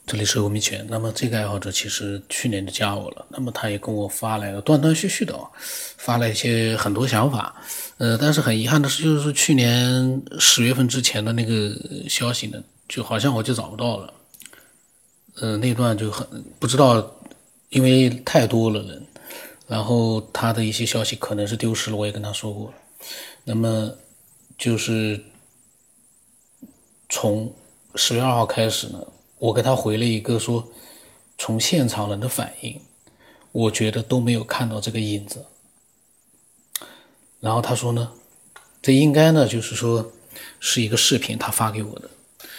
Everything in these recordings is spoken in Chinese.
这里是欧米茄。那么这个爱好者其实去年就加我了，那么他也跟我发来了断断续续的发了一些很多想法。但是很遗憾的是，就是去年10月份之前的那个消息呢，就好像我就找不到了。那段就很不知道，因为太多了人，然后他的一些消息可能是丢失了，我也跟他说过了。那么就是从10月2号开始呢，我给他回了一个说，从现场人的反应，我觉得都没有看到这个影子。然后他说呢，这应该呢就是说是一个视频他发给我的，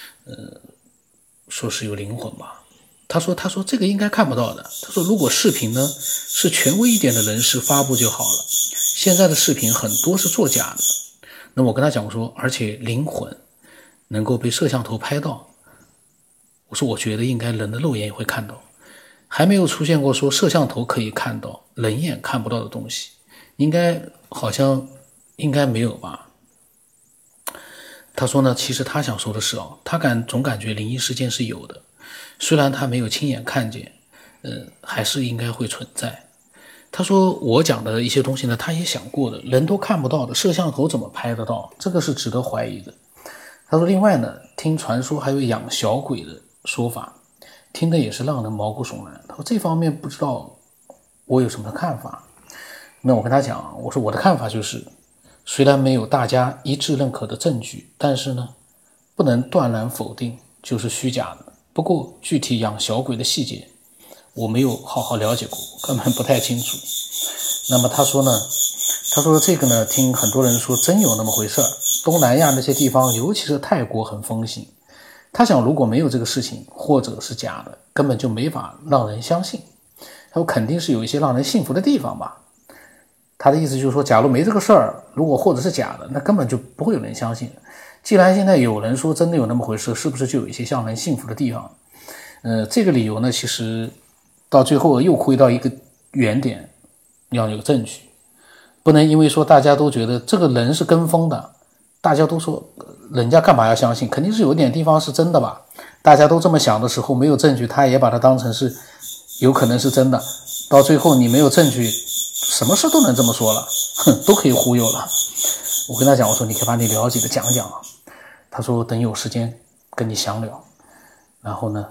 说是有灵魂吧。他说这个应该看不到的。他说如果视频呢是权威一点的人士发布就好了，现在的视频很多是作假的。那我跟他讲说，而且灵魂能够被摄像头拍到，我说我觉得应该人的肉眼也会看到，还没有出现过说摄像头可以看到人眼看不到的东西，好像应该没有吧。他说呢，其实他想说的是他总感觉灵异事件是有的，虽然他没有亲眼看见，还是应该会存在。他说我讲的一些东西呢，他也想过的，人都看不到的，摄像头怎么拍得到？这个是值得怀疑的。他说另外呢，听传说还有养小鬼的说法，听的也是让人毛骨悚然。他说这方面不知道我有什么看法。那我跟他讲，我说我的看法就是，虽然没有大家一致认可的证据，但是呢，不能断然否定就是虚假的。不过具体养小鬼的细节我没有好好了解过，根本不太清楚。那么他说这个呢，听很多人说真有那么回事儿，东南亚那些地方，尤其是泰国很风行。他想如果没有这个事情，或者是假的，根本就没法让人相信。他说肯定是有一些让人信服的地方吧。他的意思就是说，假如没这个事儿，如果或者是假的，那根本就不会有人相信。既然现在有人说真的有那么回事，是不是就有一些让人信服的地方？这个理由呢，其实到最后又回到一个原点，要有证据，不能因为说大家都觉得这个人是跟风的，大家都说人家干嘛要相信，肯定是有一点地方是真的吧。大家都这么想的时候，没有证据，他也把它当成是有可能是真的，到最后你没有证据，什么事都能这么说了，都可以忽悠了。我跟他讲，我说你可以把你了解的讲讲。他说等有时间跟你详聊。然后呢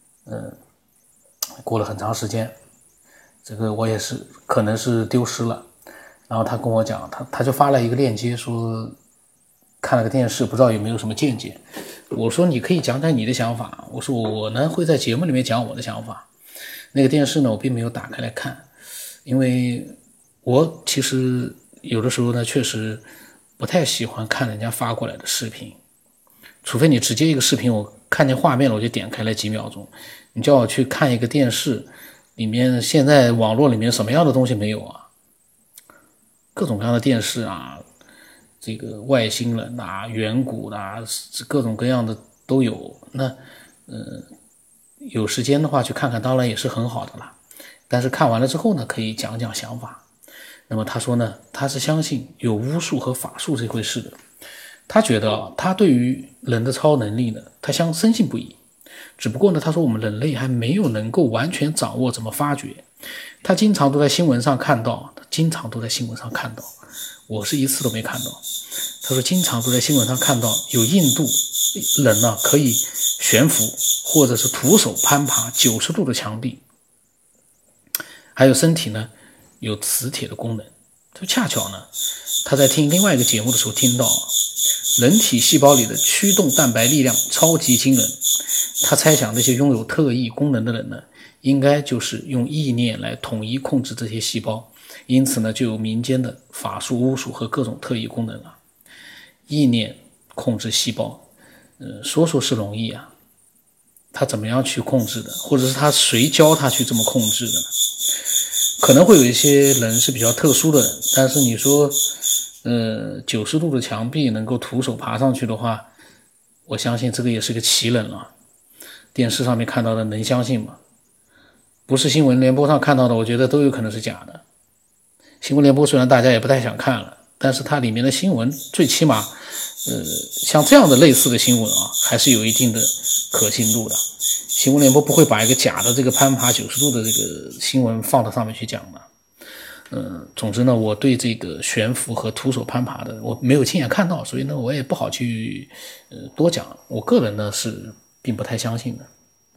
过了很长时间，这个我也是可能是丢失了。然后他跟我讲，他就发了一个链接，说看了个电视，不知道有没有什么见解。我说你可以讲讲你的想法，我说我呢会在节目里面讲我的想法。那个电视呢我并没有打开来看，因为我其实有的时候呢确实不太喜欢看人家发过来的视频，除非你直接一个视频我看见画面了我就点开来几秒钟，你叫我去看一个电视里面，现在网络里面什么样的东西没有啊？各种各样的电视啊，这个外星人啊，远古啊，各种各样的都有。那有时间的话去看看当然也是很好的啦，但是看完了之后呢可以讲讲想法。那么他说呢，他是相信有巫术和法术这回事的。他觉得他对于人的超能力呢，他深信不疑。只不过呢，他说我们人类还没有能够完全掌握怎么发掘。他经常都在新闻上看到，我是一次都没看到。他说经常都在新闻上看到有印度人呢可以悬浮或者是徒手攀爬90度的墙壁，还有身体呢有磁铁的功能。就恰巧呢，他在听另外一个节目的时候听到人体细胞里的驱动蛋白力量超级惊人。他猜想那些拥有特异功能的人呢，应该就是用意念来统一控制这些细胞，因此呢就有民间的法术巫术和各种特异功能了。意念控制细胞，说是容易啊，他怎么样去控制的，或者是他谁教他去这么控制的呢？可能会有一些人是比较特殊的人，但是你说90度的墙壁能够徒手爬上去的话，我相信这个也是个奇人了。电视上面看到的能相信吗？不是新闻联播上看到的，我觉得都有可能是假的。新闻联播虽然大家也不太想看了，但是它里面的新闻最起码像这样的类似的新闻啊，还是有一定的可信度的。 新闻联播不会把一个假的这个攀爬90度的这个新闻放到上面去讲的。总之呢，我对这个悬浮和徒手攀爬的我没有亲眼看到，所以呢我也不好去多讲。我个人呢是并不太相信的。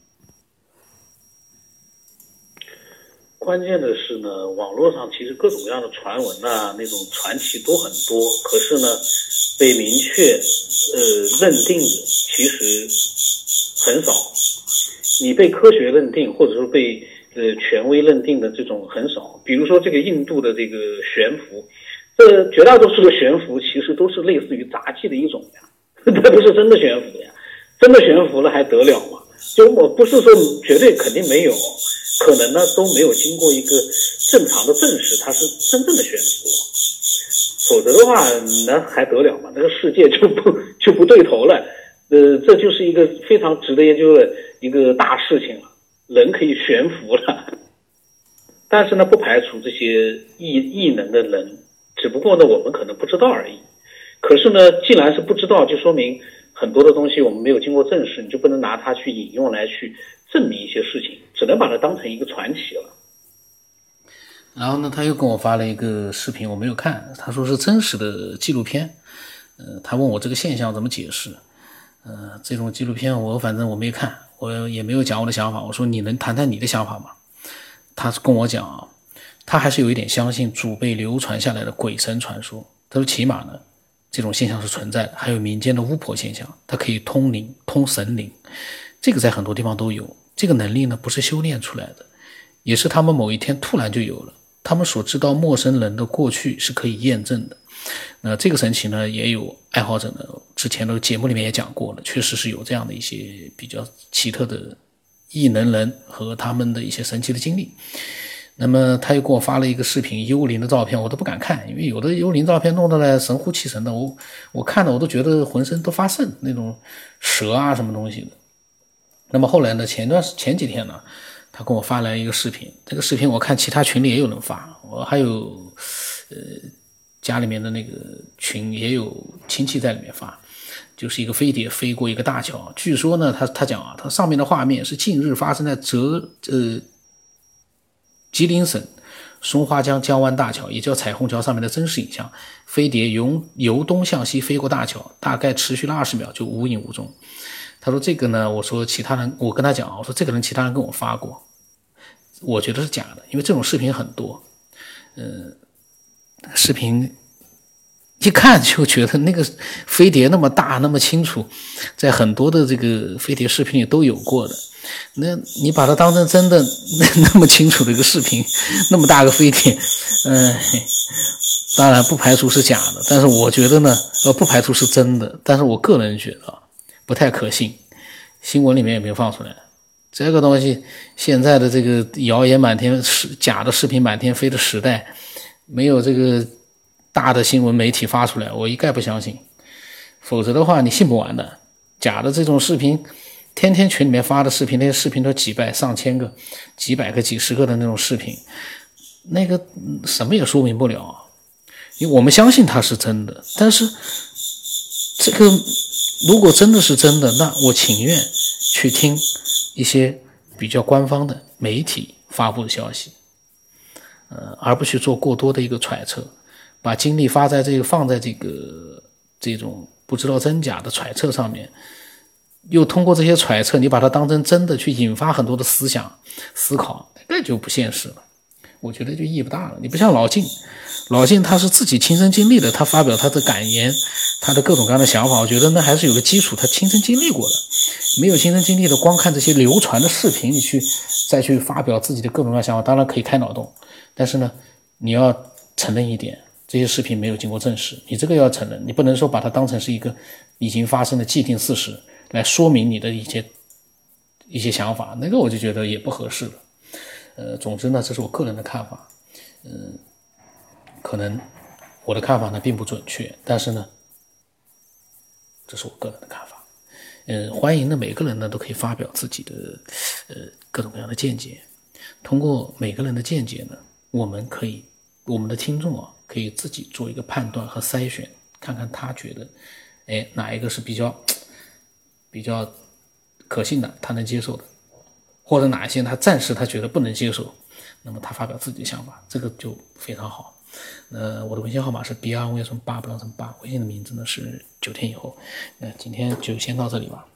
关键的是呢，网络上其实各种各样的传闻啊，那种传奇都很多，可是呢被明确认定的其实很少。你被科学认定或者说被权威认定的这种很少。比如说这个印度的这个悬浮，这绝大多数的悬浮其实都是类似于杂技的一种呀，它不是真的悬浮呀。真的悬浮了还得了嘛？就我不是说绝对肯定没有，可能呢都没有经过一个正常的证实它是真正的悬浮，否则的话那还得了嘛？那个世界就不对头了。这就是一个非常值得研究的一个大事情了，人可以悬浮了。但是呢，不排除这些异能的人，只不过呢我们可能不知道而已。可是呢，既然是不知道，就说明很多的东西我们没有经过证实，你就不能拿它去引用来去证明一些事情，只能把它当成一个传奇了。 然后呢，他又跟我发了一个视频，我没有看，他说是真实的纪录片。他问我这个现象怎么解释。这种纪录片反正我没看，我也没有讲我的想法。我说你能谈谈你的想法吗？他跟我讲啊，他还是有一点相信祖辈流传下来的鬼神传说。他说起码呢，这种现象是存在的，还有民间的巫婆现象，它可以通灵、通神灵，这个在很多地方都有。这个能力呢，不是修炼出来的，也是他们某一天突然就有了。他们所知道陌生人的过去是可以验证的。那这个神奇呢，也有爱好者呢，之前的节目里面也讲过了，确实是有这样的一些比较奇特的异能人和他们的一些神奇的经历。那么他又给我发了一个视频，幽灵的照片，我都不敢看，因为有的幽灵照片弄得来神乎其神的，我看了我都觉得浑身都发瘆，那种蛇啊什么东西的。那么后来呢，前几天呢，他跟我发来一个视频，这个视频我看其他群里也有人发，我还有家里面的那个群也有亲戚在里面发，就是一个飞碟飞过一个大桥。据说呢，他讲啊，他上面的画面是近日发生在吉林省松花江江湾大桥，也叫彩虹桥上面的真实影像。飞碟由东向西飞过大桥，大概持续了20秒就无影无踪。他说这个呢，我说其他人，我跟他讲啊，我说这个人其他人跟我发过，我觉得是假的，因为这种视频很多。视频一看就觉得那个飞碟那么大那么清楚，在很多的这个飞碟视频里都有过的。那你把它当成真的那么清楚的一个视频，那么大个飞碟，当然不排除是假的，但是我觉得呢，不排除是真的，但是我个人觉得不太可信。新闻里面也没有放出来。这个东西现在的这个谣言满天，假的视频满天飞的时代，没有这个大的新闻媒体发出来，我一概不相信。否则的话你信不完的。假的这种视频，天天群里面发的视频，那些视频都几百上千个、几百个、几十个的那种视频，那个什么也说明不了。因为我们相信它是真的，但是这个如果真的是真的，那我情愿去听一些比较官方的媒体发布的消息，而不去做过多的一个揣测，把精力放在这种不知道真假的揣测上面，又通过这些揣测，你把它当成真的去引发很多的思考，那就不现实了。我觉得就意义不大了。你不像老晋他是自己亲身经历的，他发表他的感言，他的各种各样的想法，我觉得那还是有个基础，他亲身经历过的。没有亲身经历的，光看这些流传的视频，你再去发表自己的各种各样的想法，当然可以开脑洞，但是呢，你要承认一点，这些视频没有经过证实，你这个要承认，你不能说把它当成是一个已经发生的既定事实来说明你的一些想法，那个我就觉得也不合适了。总之呢，这是我个人的看法。可能我的看法呢并不准确，但是呢，这是我个人的看法。欢迎呢每个人呢都可以发表自己的各种各样的见解。通过每个人的见解呢，我们的听众可以自己做一个判断和筛选，看看他觉得哪一个是比较可信的，他能接受的。 或者哪一些他暂时他觉得不能接受，那么他发表自己的想法，这个就非常好。我的微信号码是 BR 8，不让成8，微信的名字呢是9天以后。今天就先到这里吧。